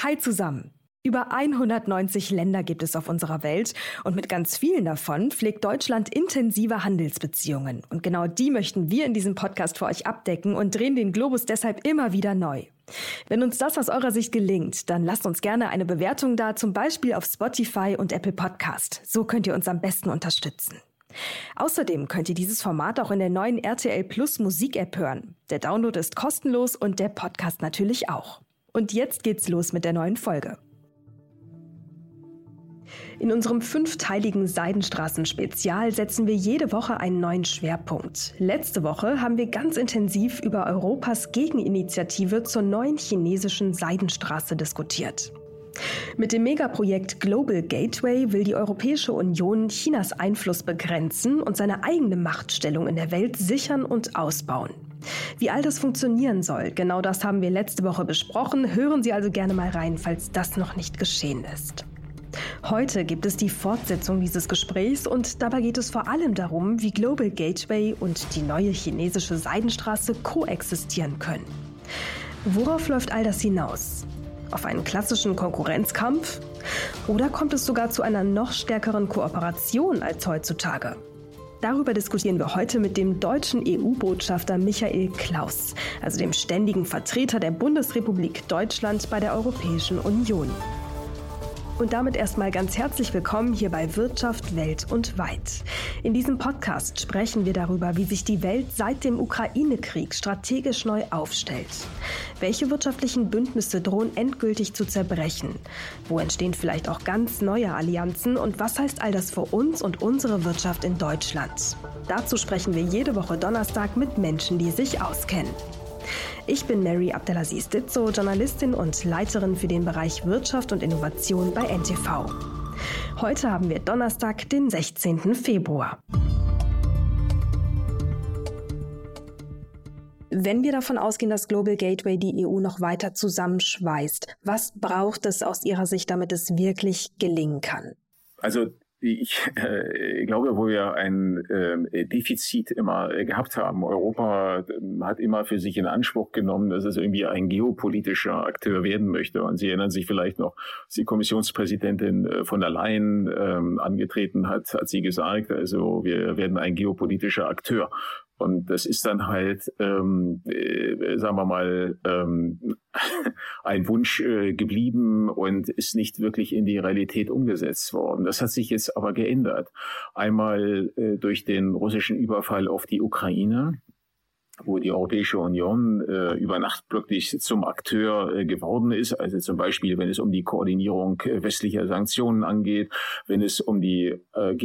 Hi zusammen! Über 190 Länder gibt es auf unserer Welt und mit ganz vielen davon pflegt Deutschland intensive Handelsbeziehungen. Und genau die möchten wir in diesem Podcast für euch abdecken und drehen den Globus deshalb immer wieder neu. Wenn uns das aus eurer Sicht gelingt, dann lasst uns gerne eine Bewertung da, zum Beispiel auf Spotify und Apple Podcast. So könnt ihr uns am besten unterstützen. Außerdem könnt ihr dieses Format auch in der neuen RTL Plus Musik-App hören. Der Download ist kostenlos und der Podcast natürlich auch. Und jetzt geht's los mit der neuen Folge. In unserem 5-teiligen Seidenstraßen-Spezial setzen wir jede Woche einen neuen Schwerpunkt. Letzte Woche haben wir ganz intensiv über Europas Gegeninitiative zur neuen chinesischen Seidenstraße diskutiert. Mit dem Megaprojekt Global Gateway will die Europäische Union Chinas Einfluss begrenzen und seine eigene Machtstellung in der Welt sichern und ausbauen. Wie all das funktionieren soll, genau das haben wir letzte Woche besprochen. Hören Sie also gerne mal rein, falls das noch nicht geschehen ist. Heute gibt es die Fortsetzung dieses Gesprächs und dabei geht es vor allem darum, wie Global Gateway und die neue chinesische Seidenstraße koexistieren können. Worauf läuft all das hinaus? Auf einen klassischen Konkurrenzkampf? Oder kommt es sogar zu einer noch stärkeren Kooperation als heutzutage? Darüber diskutieren wir heute mit dem deutschen EU-Botschafter Michael Klaus, also dem ständigen Vertreter der Bundesrepublik Deutschland bei der Europäischen Union. Und damit erstmal ganz herzlich willkommen hier bei Wirtschaft, Welt und Weit. In diesem Podcast sprechen wir darüber, wie sich die Welt seit dem Ukraine-Krieg strategisch neu aufstellt. Welche wirtschaftlichen Bündnisse drohen endgültig zu zerbrechen? Wo entstehen vielleicht auch ganz neue Allianzen? Und was heißt all das für uns und unsere Wirtschaft in Deutschland? Dazu sprechen wir jede Woche Donnerstag mit Menschen, die sich auskennen. Ich bin Mary Abdelaziz Ditzo, Journalistin und Leiterin für den Bereich Wirtschaft und Innovation bei NTV. Heute haben wir Donnerstag, den 16. Februar. Wenn wir davon ausgehen, dass Global Gateway die EU noch weiter zusammenschweißt, was braucht es aus Ihrer Sicht, damit es wirklich gelingen kann? Also ich glaube, wo wir ein Defizit immer gehabt haben. Europa hat immer für sich in Anspruch genommen, dass es irgendwie ein geopolitischer Akteur werden möchte. Und Sie erinnern sich vielleicht noch, als die Kommissionspräsidentin von der Leyen angetreten hat sie gesagt, also wir werden ein geopolitischer Akteur. Und das ist dann halt, sagen wir mal, ein Wunsch geblieben und ist nicht wirklich in die Realität umgesetzt worden. Das hat sich jetzt aber geändert. Einmal durch den russischen Überfall auf die Ukraine, wo die Europäische Union über Nacht wirklich zum Akteur geworden ist. Also zum Beispiel, wenn es um die Koordinierung westlicher Sanktionen angeht, wenn es um die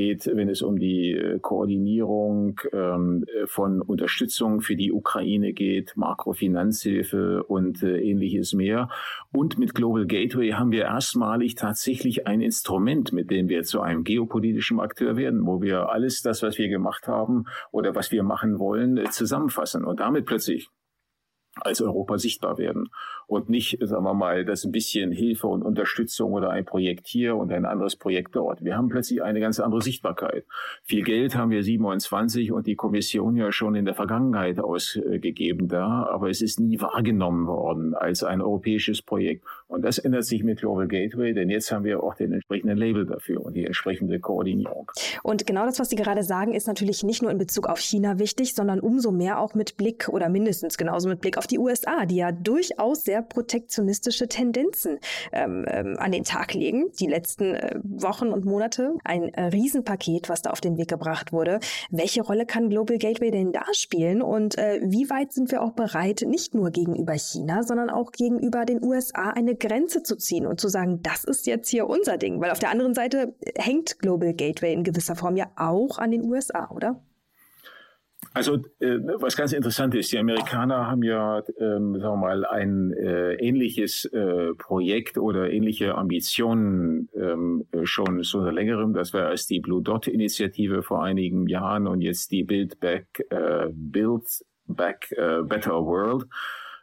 Koordinierung von Unterstützung für die Ukraine geht, Makrofinanzhilfe und ähnliches mehr. Und mit Global Gateway haben wir erstmalig tatsächlich ein Instrument, mit dem wir zu einem geopolitischen Akteur werden, wo wir alles das, was wir gemacht haben oder was wir machen wollen, zusammenfassen. Und damit plötzlich als Europa sichtbar werden und nicht, sagen wir mal, das ein bisschen Hilfe und Unterstützung oder ein Projekt hier und ein anderes Projekt dort. Wir haben plötzlich eine ganz andere Sichtbarkeit. Viel Geld haben wir 27 und die Kommission ja schon in der Vergangenheit ausgegeben da, aber es ist nie wahrgenommen worden als ein europäisches Projekt. Und das ändert sich mit Global Gateway, denn jetzt haben wir auch den entsprechenden Label dafür und die entsprechende Koordinierung. Und genau das, was Sie gerade sagen, ist natürlich nicht nur in Bezug auf China wichtig, sondern umso mehr auch mit Blick oder mindestens genauso mit Blick auf die USA, die ja durchaus sehr protektionistische Tendenzen an den Tag legen, die letzten Wochen und Monate. Ein Riesenpaket, was da auf den Weg gebracht wurde. Welche Rolle kann Global Gateway denn da spielen und wie weit sind wir auch bereit, nicht nur gegenüber China, sondern auch gegenüber den USA eine Grenze zu ziehen und zu sagen, das ist jetzt hier unser Ding? Weil auf der anderen Seite hängt Global Gateway in gewisser Form ja auch an den USA, oder? Also was ganz interessant ist, die Amerikaner haben ja, sagen wir mal, ein ähnliches Projekt oder ähnliche Ambitionen schon seit längerem. Das war erst die Blue Dot Initiative vor einigen Jahren und jetzt die Build Back Better World.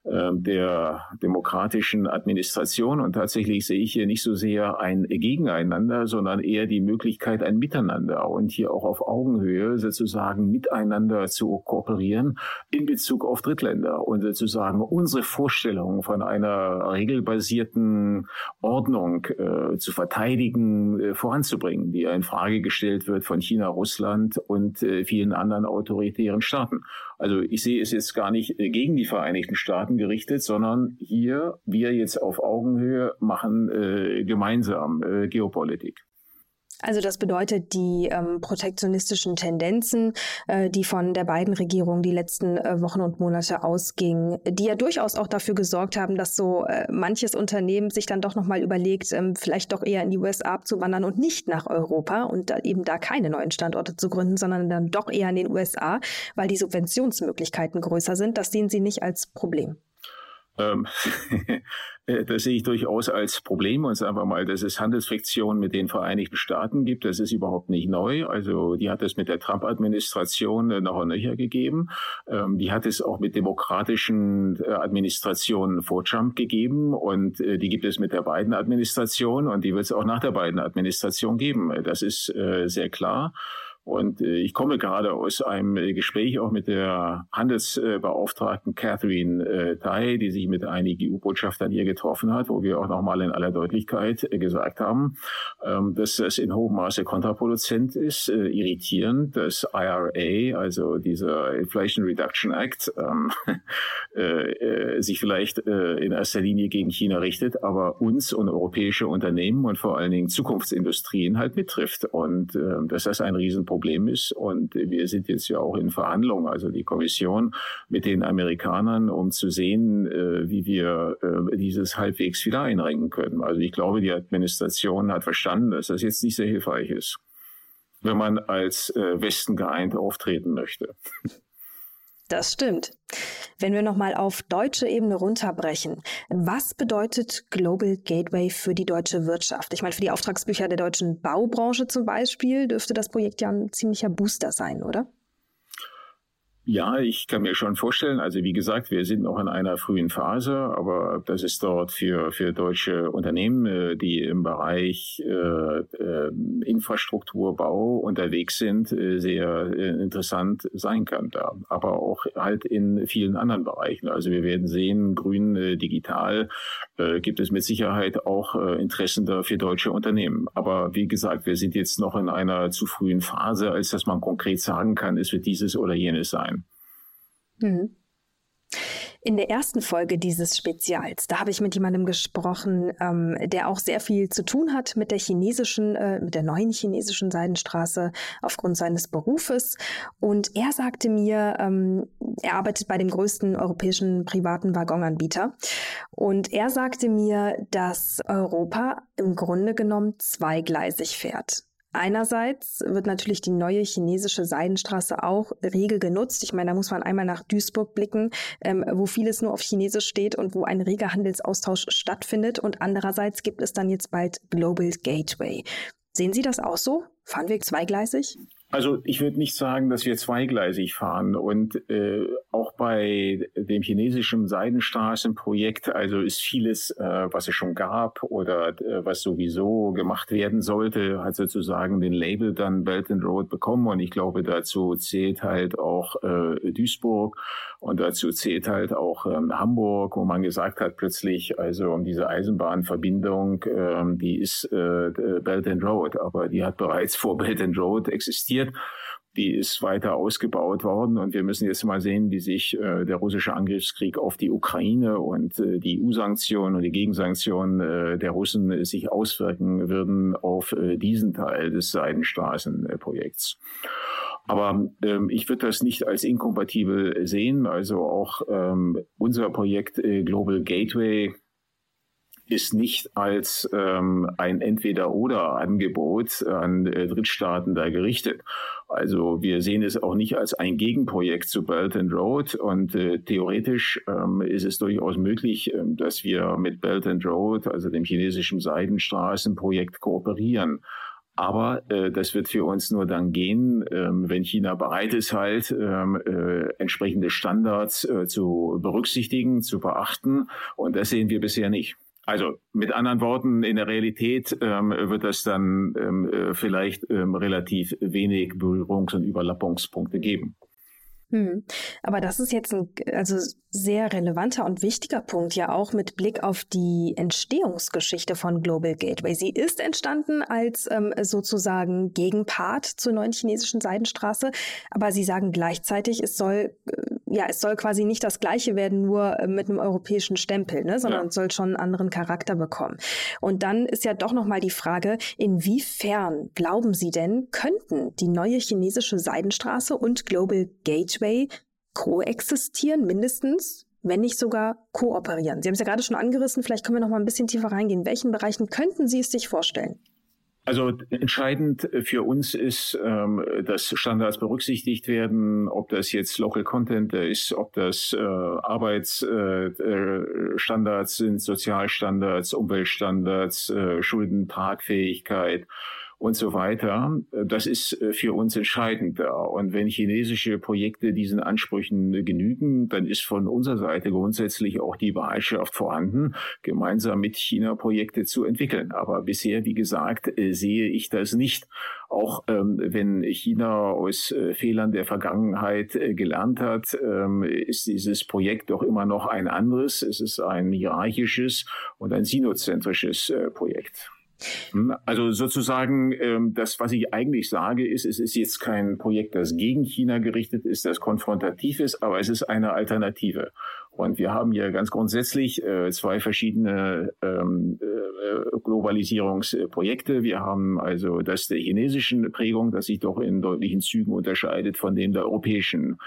der demokratischen Administration. Und tatsächlich sehe ich hier nicht so sehr ein Gegeneinander, sondern eher die Möglichkeit, ein Miteinander und hier auch auf Augenhöhe sozusagen miteinander zu kooperieren in Bezug auf Drittländer und sozusagen unsere Vorstellung von einer regelbasierten Ordnung zu verteidigen, voranzubringen, die in Frage gestellt wird von China, Russland und vielen anderen autoritären Staaten. Also ich sehe es jetzt gar nicht gegen die Vereinigten Staaten gerichtet, sondern hier wir jetzt auf Augenhöhe machen gemeinsam Geopolitik. Also das bedeutet, die protektionistischen Tendenzen, die von der Biden-Regierung die letzten Wochen und Monate ausgingen, die ja durchaus auch dafür gesorgt haben, dass so manches Unternehmen sich dann doch nochmal überlegt, vielleicht doch eher in die USA abzuwandern und nicht nach Europa und eben da keine neuen Standorte zu gründen, sondern dann doch eher in den USA, weil die Subventionsmöglichkeiten größer sind. Das sehen Sie nicht als Problem. Das sehe ich durchaus als Problem und sagen wir mal, dass es Handelsfriktionen mit den Vereinigten Staaten gibt. Das ist überhaupt nicht neu. Also die hat es mit der Trump-Administration noch und nöcher gegeben. Die hat es auch mit demokratischen Administrationen vor Trump gegeben und die gibt es mit der Biden-Administration und die wird es auch nach der Biden-Administration geben. Das ist sehr klar. Und ich komme gerade aus einem Gespräch auch mit der Handelsbeauftragten Catherine Tai, die sich mit einigen EU-Botschaftern hier getroffen hat, wo wir auch nochmal in aller Deutlichkeit gesagt haben, dass es in hohem Maße kontraproduzent ist, irritierend, dass IRA, also dieser Inflation Reduction Act, sich vielleicht in erster Linie gegen China richtet, aber uns und europäische Unternehmen und vor allen Dingen Zukunftsindustrien halt mittrifft. Und dass das ein Riesenproblem ist. Und wir sind jetzt ja auch in Verhandlungen, also die Kommission mit den Amerikanern, um zu sehen, wie wir dieses halbwegs wieder einrenken können. Also ich glaube, die Administration hat verstanden, dass das jetzt nicht sehr hilfreich ist, wenn man als Westen geeint auftreten möchte. Das stimmt. Wenn wir nochmal auf deutsche Ebene runterbrechen, was bedeutet Global Gateway für die deutsche Wirtschaft? Ich meine, für die Auftragsbücher der deutschen Baubranche zum Beispiel dürfte das Projekt ja ein ziemlicher Booster sein, oder? Ja, ich kann mir schon vorstellen, also wie gesagt, wir sind noch in einer frühen Phase, aber das ist dort für deutsche Unternehmen, die im Bereich Infrastrukturbau unterwegs sind, sehr interessant sein kann da. Aber auch halt in vielen anderen Bereichen. Also wir werden sehen, grün, digital, gibt es mit Sicherheit auch Interessen da für deutsche Unternehmen. Aber wie gesagt, wir sind jetzt noch in einer zu frühen Phase, als dass man konkret sagen kann, es wird dieses oder jenes sein. In der ersten Folge dieses Spezials, da habe ich mit jemandem gesprochen, der auch sehr viel zu tun hat mit der neuen chinesischen Seidenstraße aufgrund seines Berufes. Und er sagte mir, er arbeitet bei dem größten europäischen privaten Waggonanbieter. Und er sagte mir, dass Europa im Grunde genommen zweigleisig fährt. Einerseits wird natürlich die neue chinesische Seidenstraße auch rege genutzt. Ich meine, da muss man einmal nach Duisburg blicken, wo vieles nur auf Chinesisch steht und wo ein reger Handelsaustausch stattfindet. Und andererseits gibt es dann jetzt bald Global Gateway. Sehen Sie das auch so? Fahren wir zweigleisig? Also ich würde nicht sagen, dass wir zweigleisig fahren und auch bei dem chinesischen Seidenstraßenprojekt, also ist vieles, was es schon gab oder was sowieso gemacht werden sollte, hat sozusagen den Label dann Belt and Road bekommen und ich glaube, dazu zählt halt auch Duisburg und dazu zählt halt auch Hamburg, wo man gesagt hat plötzlich, also diese Eisenbahnverbindung, die ist Belt and Road, aber die hat bereits vor Belt and Road existiert. Die ist weiter ausgebaut worden und wir müssen jetzt mal sehen, wie sich der russische Angriffskrieg auf die Ukraine und die EU-Sanktionen und die Gegensanktionen der Russen sich auswirken würden auf diesen Teil des Seidenstraßenprojekts. Aber ich würde das nicht als inkompatibel sehen. Also auch unser Projekt Global Gateway ist nicht als ein Entweder-oder-Angebot an Drittstaaten da gerichtet. Also wir sehen es auch nicht als ein Gegenprojekt zu Belt and Road und theoretisch ist es durchaus möglich, dass wir mit Belt and Road, also dem chinesischen Seidenstraßenprojekt, kooperieren. Aber das wird für uns nur dann gehen, wenn China bereit ist, halt entsprechende Standards zu berücksichtigen, zu beachten. Und das sehen wir bisher nicht. Also mit anderen Worten, in der Realität wird es dann vielleicht relativ wenig Berührungs- und Überlappungspunkte geben. Aber das ist jetzt ein sehr relevanter und wichtiger Punkt, ja auch mit Blick auf die Entstehungsgeschichte von Global Gateway. Sie ist entstanden als sozusagen Gegenpart zur neuen chinesischen Seidenstraße, aber Sie sagen gleichzeitig, es soll quasi nicht das Gleiche werden, nur mit einem europäischen Stempel, ne, sondern es soll schon einen anderen Charakter bekommen. Und dann ist ja doch nochmal die Frage, inwiefern glauben Sie denn, könnten die neue chinesische Seidenstraße und Global Gateway koexistieren, mindestens, wenn nicht sogar kooperieren? Sie haben es ja gerade schon angerissen, vielleicht können wir noch mal ein bisschen tiefer reingehen. In welchen Bereichen könnten Sie es sich vorstellen? Also entscheidend für uns ist, dass Standards berücksichtigt werden, ob das jetzt Local Content ist, ob das Arbeitsstandards sind, Sozialstandards, Umweltstandards, Schuldentragfähigkeit und so weiter. Das ist für uns entscheidend. Und wenn chinesische Projekte diesen Ansprüchen genügen, dann ist von unserer Seite grundsätzlich auch die Bereitschaft vorhanden, gemeinsam mit China Projekte zu entwickeln. Aber bisher, wie gesagt, sehe ich das nicht. Auch wenn China aus Fehlern der Vergangenheit gelernt hat, ist dieses Projekt doch immer noch ein anderes. Es ist ein hierarchisches und ein sinozentrisches Projekt. Also sozusagen, das, was ich eigentlich sage, ist, es ist jetzt kein Projekt, das gegen China gerichtet ist, das konfrontativ ist, aber es ist eine Alternative. Und wir haben hier ganz grundsätzlich zwei verschiedene Globalisierungsprojekte. Wir haben also das der chinesischen Prägung, das sich doch in deutlichen Zügen unterscheidet von dem der europäischen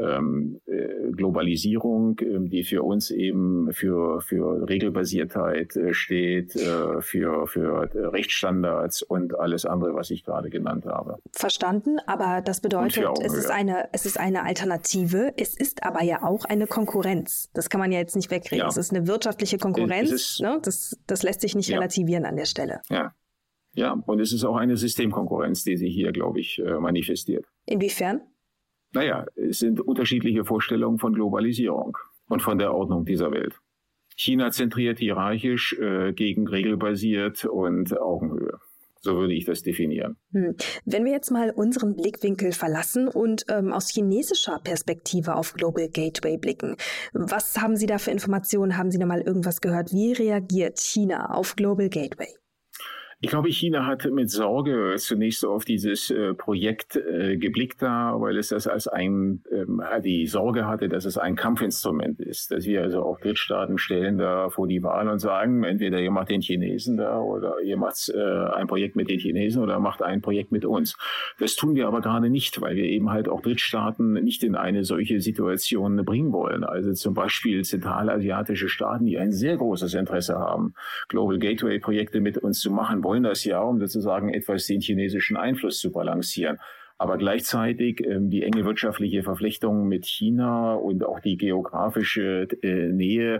Globalisierung, die für uns eben für Regelbasiertheit steht, für Rechtsstandards und alles andere, was ich gerade genannt habe. Verstanden, aber das bedeutet, es ist eine Alternative, es ist aber ja auch eine Konkurrenz. Das kann man ja jetzt nicht wegreden. Ja. Es ist eine wirtschaftliche Konkurrenz, ne? Das lässt sich nicht relativieren an der Stelle. Ja, und es ist auch eine Systemkonkurrenz, die sich hier, glaube ich, manifestiert. Inwiefern? Naja, es sind unterschiedliche Vorstellungen von Globalisierung und von der Ordnung dieser Welt. China zentriert hierarchisch, gegen regelbasiert und Augenhöhe. So würde ich das definieren. Wenn wir jetzt mal unseren Blickwinkel verlassen und aus chinesischer Perspektive auf Global Gateway blicken, was haben Sie da für Informationen? Haben Sie da mal irgendwas gehört? Wie reagiert China auf Global Gateway? Ich glaube, China hat mit Sorge zunächst auf dieses Projekt geblickt, weil es das als die Sorge hatte, dass es ein Kampfinstrument ist. Dass wir also auch Drittstaaten stellen da vor die Wahl und sagen, entweder ihr macht den Chinesen da oder ihr macht ein Projekt mit den Chinesen oder macht ein Projekt mit uns. Das tun wir aber gerade nicht, weil wir eben halt auch Drittstaaten nicht in eine solche Situation bringen wollen. Also zum Beispiel zentralasiatische Staaten, die ein sehr großes Interesse haben, Global Gateway Projekte mit uns zu machen, wollen das ja, um sozusagen etwas den chinesischen Einfluss zu balancieren. Aber gleichzeitig die enge wirtschaftliche Verflechtung mit China und auch die geografische Nähe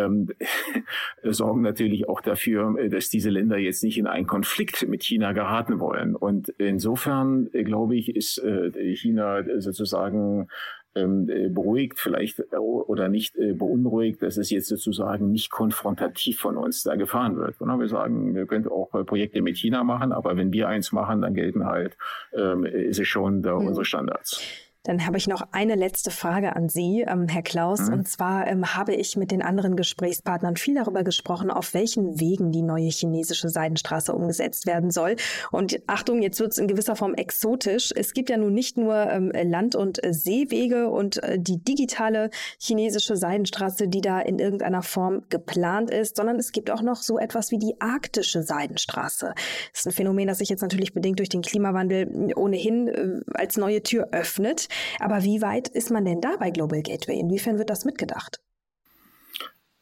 sorgen natürlich auch dafür, dass diese Länder jetzt nicht in einen Konflikt mit China geraten wollen. Und insofern, glaube ich, ist China sozusagen beruhigt vielleicht oder nicht beunruhigt, dass es jetzt sozusagen nicht konfrontativ von uns da gefahren wird. Wir sagen, wir können auch Projekte mit China machen, aber wenn wir eins machen, dann gelten halt, ist es schon da unsere Standards. Dann habe ich noch eine letzte Frage an Sie, Herr Klaus. Und zwar habe ich mit den anderen Gesprächspartnern viel darüber gesprochen, auf welchen Wegen die neue chinesische Seidenstraße umgesetzt werden soll. Und Achtung, jetzt wird es in gewisser Form exotisch. Es gibt ja nun nicht nur Land- und Seewege und die digitale chinesische Seidenstraße, die da in irgendeiner Form geplant ist, sondern es gibt auch noch so etwas wie die arktische Seidenstraße. Das ist ein Phänomen, das sich jetzt natürlich bedingt durch den Klimawandel ohnehin als neue Tür öffnet. Aber wie weit ist man denn da bei Global Gateway? Inwiefern wird das mitgedacht?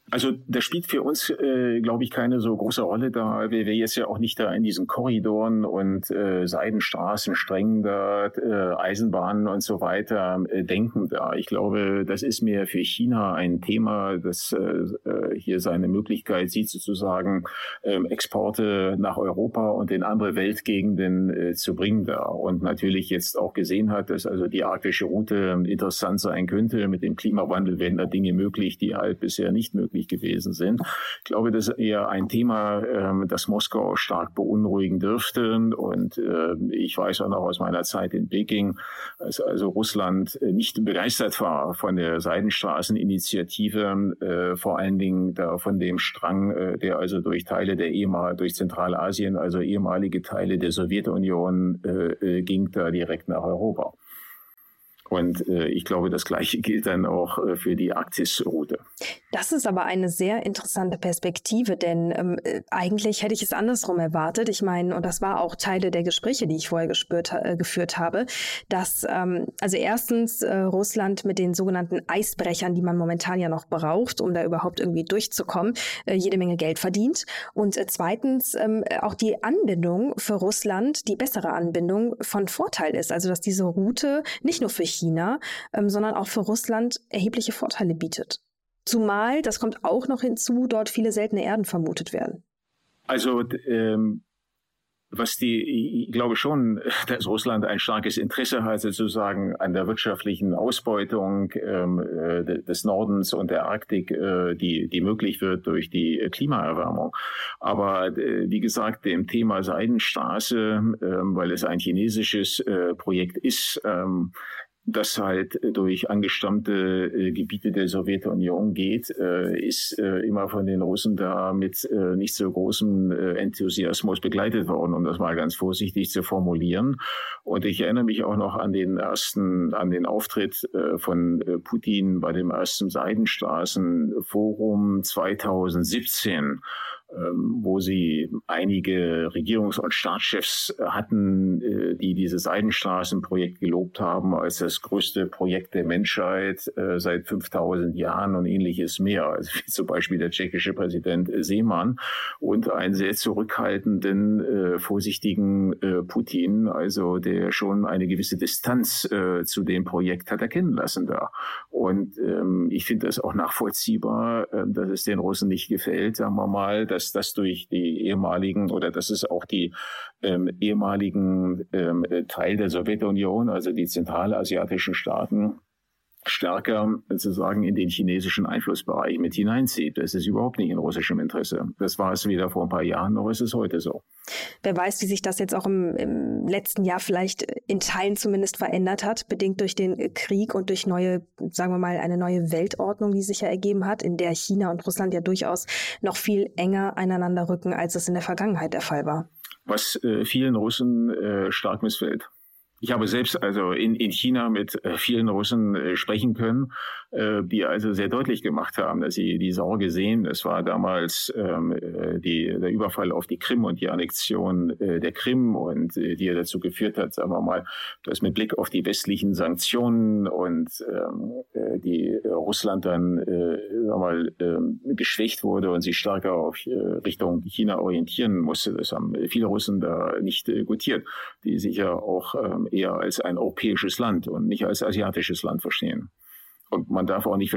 Also das spielt für uns, glaube ich, keine so große Rolle, da wir jetzt ja auch nicht da in diesen Korridoren und Seidenstraßen, Strängen da, Eisenbahnen und so weiter denken da. Ich glaube, das ist mehr für China ein Thema, das hier seine Möglichkeit sieht, sozusagen Exporte nach Europa und in andere Weltgegenden zu bringen da. Und natürlich jetzt auch gesehen hat, dass also die arktische Route interessant sein könnte. Mit dem Klimawandel werden da Dinge möglich, die halt bisher nicht möglich gewesen sind. Ich glaube, das ist eher ein Thema, das Moskau stark beunruhigen dürfte. Und ich weiß auch noch aus meiner Zeit in Peking, dass also Russland nicht begeistert war von der Seidenstraßeninitiative, vor allen Dingen da von dem Strang, der also durch Teile durch Zentralasien, also ehemalige Teile der Sowjetunion, ging da direkt nach Europa. Und ich glaube, das Gleiche gilt dann auch für die Arktisroute. Das ist aber eine sehr interessante Perspektive, denn eigentlich hätte ich es andersrum erwartet. Ich meine, und das war auch Teile der Gespräche, die ich vorher geführt habe, dass also erstens Russland mit den sogenannten Eisbrechern, die man momentan ja noch braucht, um da überhaupt irgendwie durchzukommen, jede Menge Geld verdient. Und zweitens auch die Anbindung für Russland, die bessere Anbindung von Vorteil ist. Also dass diese Route nicht nur für China, sondern auch für Russland erhebliche Vorteile bietet. Zumal, das kommt auch noch hinzu, dort viele seltene Erden vermutet werden. Also ich glaube schon, dass Russland ein starkes Interesse hat, sozusagen an der wirtschaftlichen Ausbeutung des Nordens und der Arktik, die möglich wird durch die Klimaerwärmung. Aber wie gesagt, dem Thema Seidenstraße, weil es ein chinesisches Projekt ist, das halt durch angestammte Gebiete der Sowjetunion geht, ist immer von den Russen da mit nicht so großem Enthusiasmus begleitet worden, um das mal ganz vorsichtig zu formulieren. Und ich erinnere mich auch noch an den Auftritt von Putin bei dem ersten Seidenstraßenforum 2017. Wo sie einige Regierungs- und Staatschefs hatten, die dieses Seidenstraßenprojekt gelobt haben als das größte Projekt der Menschheit seit 5000 Jahren und ähnliches mehr. Also wie zum Beispiel der tschechische Präsident Zeman und einen sehr zurückhaltenden, vorsichtigen Putin, also der schon eine gewisse Distanz zu dem Projekt hat erkennen lassen da. Und ich finde das auch nachvollziehbar, dass es den Russen nicht gefällt, sagen wir mal, dass das durch die ehemaligen oder dass es auch die ehemaligen Teil der Sowjetunion, also die zentralasiatischen Staaten, stärker sozusagen in den chinesischen Einflussbereich mit hineinzieht. Das ist überhaupt nicht in russischem Interesse. Das war es weder vor ein paar Jahren, noch ist es heute so. Wer weiß, wie sich das jetzt auch im letzten Jahr vielleicht in Teilen zumindest verändert hat, bedingt durch den Krieg und durch eine neue Weltordnung, die sich ja ergeben hat, in der China und Russland ja durchaus noch viel enger aneinander rücken, als es in der Vergangenheit der Fall war. Was vielen Russen stark missfällt. Ich habe selbst also in China mit vielen Russen sprechen können, die also sehr deutlich gemacht haben, dass sie die Sorge sehen. Es war damals der Überfall auf die Krim und die Annexion der Krim und die ja dazu geführt hat, sagen wir mal, dass mit Blick auf die westlichen Sanktionen und die Russland dann geschwächt wurde und sich stärker auf Richtung China orientieren musste. Das haben viele Russen da nicht gutiert, die sich ja auch eher als ein europäisches Land und nicht als asiatisches Land verstehen. Und man darf auch nicht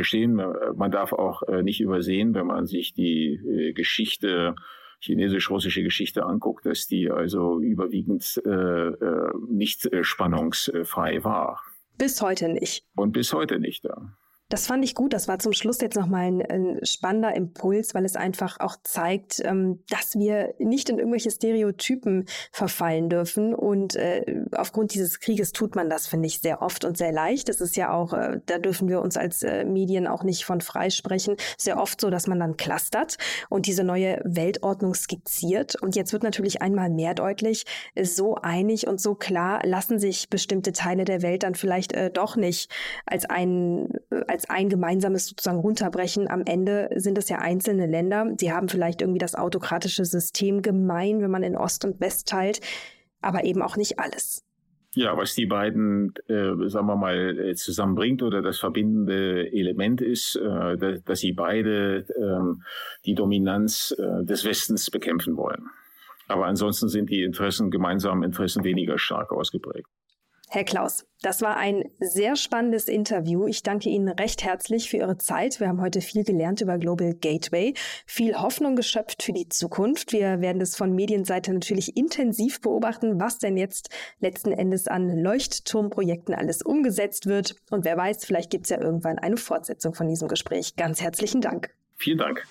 nicht übersehen, wenn man sich die chinesisch-russische Geschichte anguckt, dass die also überwiegend nicht spannungsfrei war. Bis heute nicht. Und bis heute nicht, ja. Das fand ich gut. Das war zum Schluss jetzt nochmal ein spannender Impuls, weil es einfach auch zeigt, dass wir nicht in irgendwelche Stereotypen verfallen dürfen. Und aufgrund dieses Krieges tut man das, finde ich, sehr oft und sehr leicht. Das ist ja auch, da dürfen wir uns als Medien auch nicht von freisprechen, sehr oft so, dass man dann clustert und diese neue Weltordnung skizziert. Und jetzt wird natürlich einmal mehr deutlich, so einig und so klar lassen sich bestimmte Teile der Welt dann vielleicht doch nicht als ein gemeinsames sozusagen runterbrechen. Am Ende sind es ja einzelne Länder. Die haben vielleicht irgendwie das autokratische System gemein, wenn man in Ost und West teilt, aber eben auch nicht alles. Ja, was die beiden, sagen wir mal, zusammenbringt oder das verbindende Element ist, dass sie beide die Dominanz des Westens bekämpfen wollen. Aber ansonsten sind die gemeinsamen Interessen weniger stark ausgeprägt. Herr Klaus, das war ein sehr spannendes Interview. Ich danke Ihnen recht herzlich für Ihre Zeit. Wir haben heute viel gelernt über Global Gateway, viel Hoffnung geschöpft für die Zukunft. Wir werden das von Medienseite natürlich intensiv beobachten, was denn jetzt letzten Endes an Leuchtturmprojekten alles umgesetzt wird. Und wer weiß, vielleicht gibt es ja irgendwann eine Fortsetzung von diesem Gespräch. Ganz herzlichen Dank. Vielen Dank.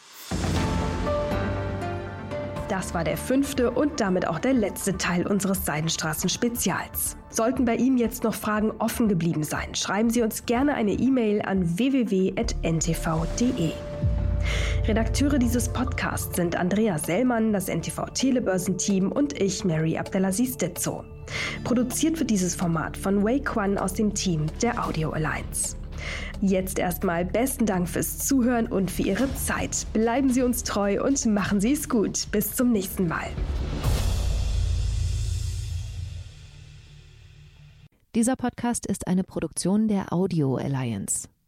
Das war der 5. und damit auch der letzte Teil unseres Seidenstraßen-Spezials. Sollten bei Ihnen jetzt noch Fragen offen geblieben sein, schreiben Sie uns gerne eine E-Mail an www.ntv.de. Redakteure dieses Podcasts sind Andrea Sellmann, das NTV-Telebörsenteam und ich, Mary Abdelaziz Ditzo. Produziert wird dieses Format von Wei Quan aus dem Team der Audio Alliance. Jetzt erstmal besten Dank fürs Zuhören und für Ihre Zeit. Bleiben Sie uns treu und machen Sie es gut. Bis zum nächsten Mal. Dieser Podcast ist eine Produktion der Audio Alliance.